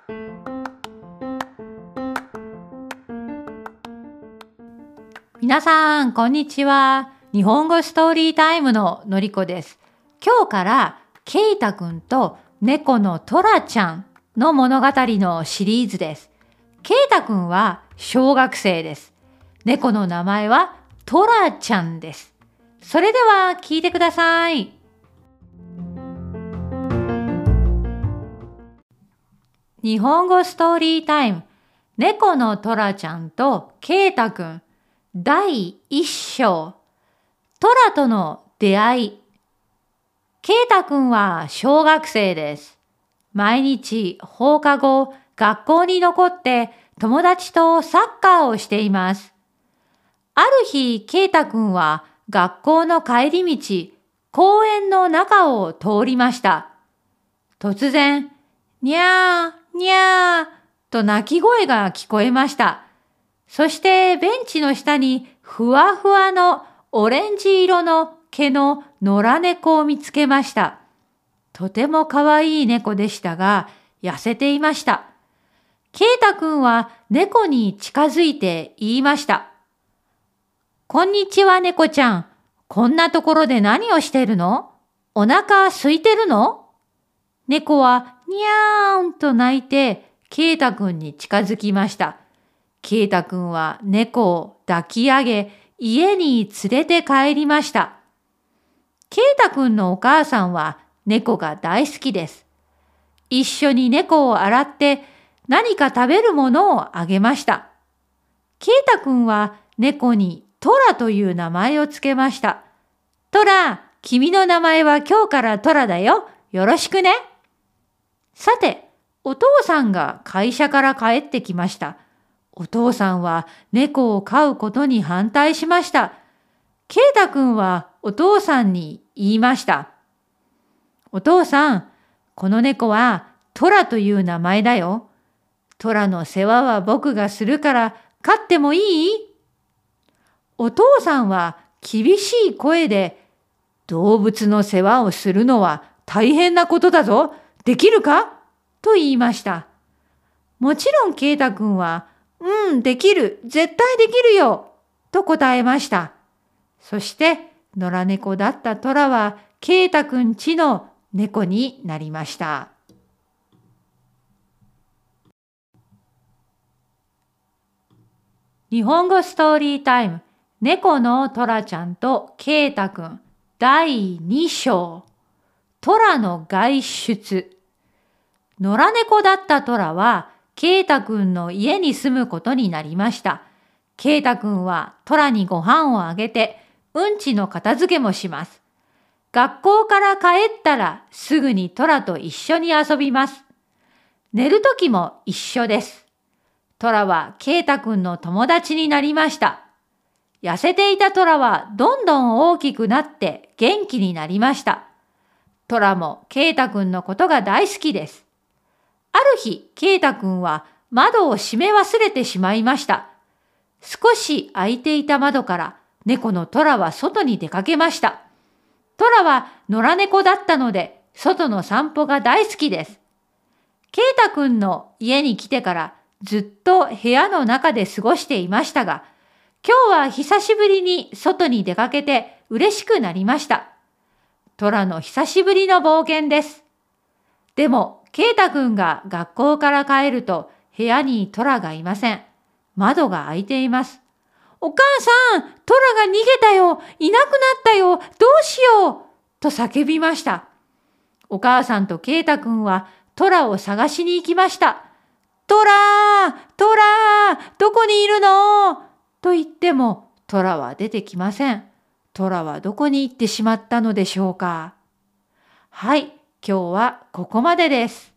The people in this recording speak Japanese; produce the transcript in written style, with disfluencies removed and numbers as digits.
皆さん、こんにちは。日本語ストーリータイムののりこです。今日からケイタくんと猫のトラちゃんの物語のシリーズです。ケイタくんは小学生です。猫の名前はトラちゃんです。それでは聞いてください。日本語ストーリータイム。猫のトラちゃんとケイタくん。第1章。トラとの出会い。ケイタくんは小学生です。毎日放課後、学校に残って友達とサッカーをしています。ある日、ケイタくんは学校の帰り道、公園の中を通りました。突然、にゃー、にゃーと鳴き声が聞こえました。そしてベンチの下にふわふわのオレンジ色の毛の野良猫を見つけました。とてもかわいい猫でしたが、痩せていました。ケイタくんは猫に近づいて言いました。こんにちは猫ちゃん。こんなところで何をしてるの？お腹空いてるの？猫はにゃーんと鳴いてケイタくんに近づきました。ケイタくんは猫を抱き上げ、家に連れて帰りました。ケイタくんのお母さんは猫が大好きです。一緒に猫を洗って何か食べるものをあげました。ケイタくんは猫にトラという名前をつけました。トラ、君の名前は今日からトラだよ。よろしくね。さて、お父さんが会社から帰ってきました。お父さんは猫を飼うことに反対しました。ケイタくんはお父さんに言いました。お父さん、この猫はトラという名前だよ。トラの世話は僕がするから飼ってもいい？お父さんは厳しい声で、動物の世話をするのは大変なことだぞ。できるか？と言いました。もちろんケイタくんは、できる。絶対できるよ。と答えました。そして、野良猫だったトラは、ケイタくんちの猫になりました。日本語ストーリータイム。猫のトラちゃんとケイタくん。第2章。トラの外出。野良猫だったトラは、ケイタくんの家に住むことになりました。ケイタくんはトラにご飯をあげて、うんちの片付けもします。学校から帰ったらすぐにトラと一緒に遊びます。寝るときも一緒です。トラはケイタくんの友達になりました。痩せていたトラはどんどん大きくなって元気になりました。トラもケイタくんのことが大好きです。ある日、ケイタくんは窓を閉め忘れてしまいました。少し開いていた窓から猫のトラは外に出かけました。トラは野良猫だったので外の散歩が大好きです。ケイタくんの家に来てからずっと部屋の中で過ごしていましたが、今日は久しぶりに外に出かけて嬉しくなりました。トラの久しぶりの冒険です。でも、ケイタくんが学校から帰ると部屋にトラがいません。窓が開いています。お母さん、トラが逃げたよ。いなくなったよ。どうしよう。と叫びました。お母さんとケイタくんはトラを探しに行きました。トラー、トラー、どこにいるの？と言ってもトラは出てきません。トラはどこに行ってしまったのでしょうか。はい、今日はここまでです。